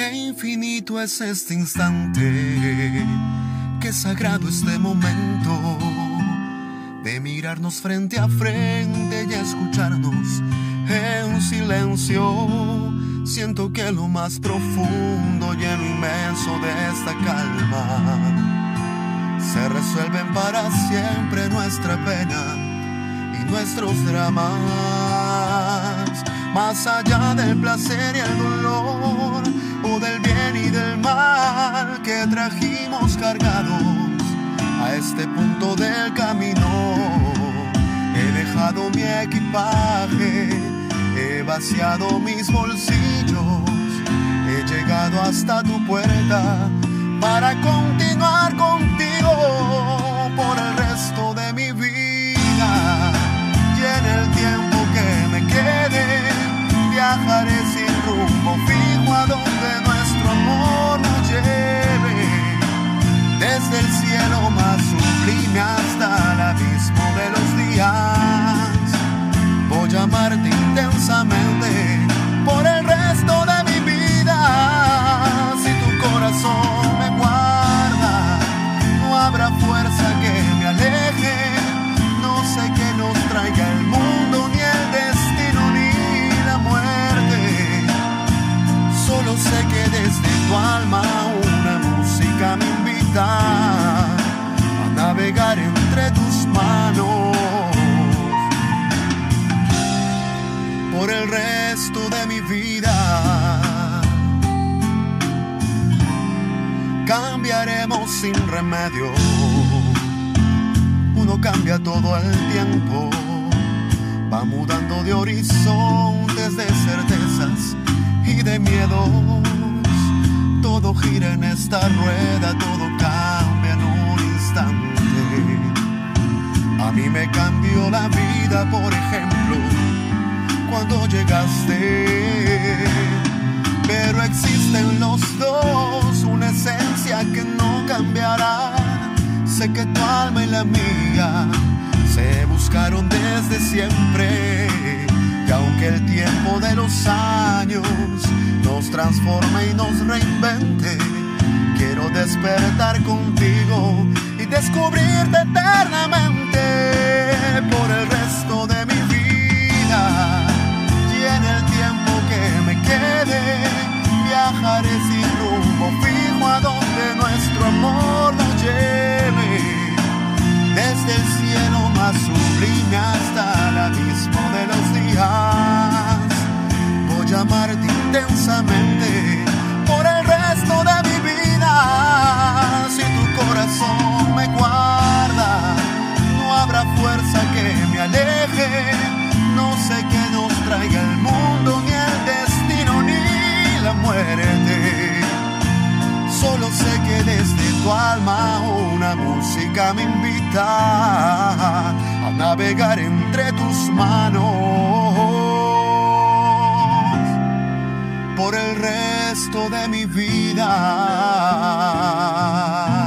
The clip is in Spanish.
Qué infinito es este instante, qué sagrado este momento de mirarnos frente a frente y escucharnos en silencio. Siento que lo más profundo y en lo inmenso de esta calma se resuelven para siempre nuestra pena y nuestros dramas. Más allá del placer y el dolor, o del bien y del mal que trajimos cargados a este punto del camino, he dejado mi equipaje, he vaciado mis bolsillos, he llegado hasta tu puerta para continuar contigo por el resto de mi vida. Y en el tiempo que me quede, viajaré sin rumbo fijo a donde nuestro amor nos lleve. Desde el cielo más sublime hasta el abismo de los días, voy a amarte intensamente por el resto de mi vida. Si tu corazón me guarda, no habrá fuerza que me aleje. No sé qué nos traiga el mundo, ni el destino, ni la muerte. Solo sé que desde tu alma una música me invita a navegar entre tus manos por el resto de mi vida. Cambiaremos sin remedio, uno cambia todo el tiempo, va mudando de horizontes, de certezas y de miedos. Todo gira en esta rueda, todo cambia en un instante. A mí me cambió la vida, por ejemplo, cuando llegaste. Pero existen los dos, una esencia que no cambiará. Sé que tu alma y la mía se buscaron desde siempre. Y aunque el tiempo de los años nos transforme y nos reinvente, quiero despertar contigo y descubrirte eternamente por el resto de mi vida. Y en el tiempo que me quede, viajaré sin rumbo fijo a donde nuestro amor nos lleve. Desde el cielo más sublime hasta el abismo de los días, voy a amarte intensamente por el resto de mi vida. Si tu corazón me guarda, no habrá fuerza que me aleje. No sé qué nos traiga el mundo, ni el destino, ni la muerte. Solo sé que desde tu alma una música me invita a navegar entre tus manos por el resto de mi vida.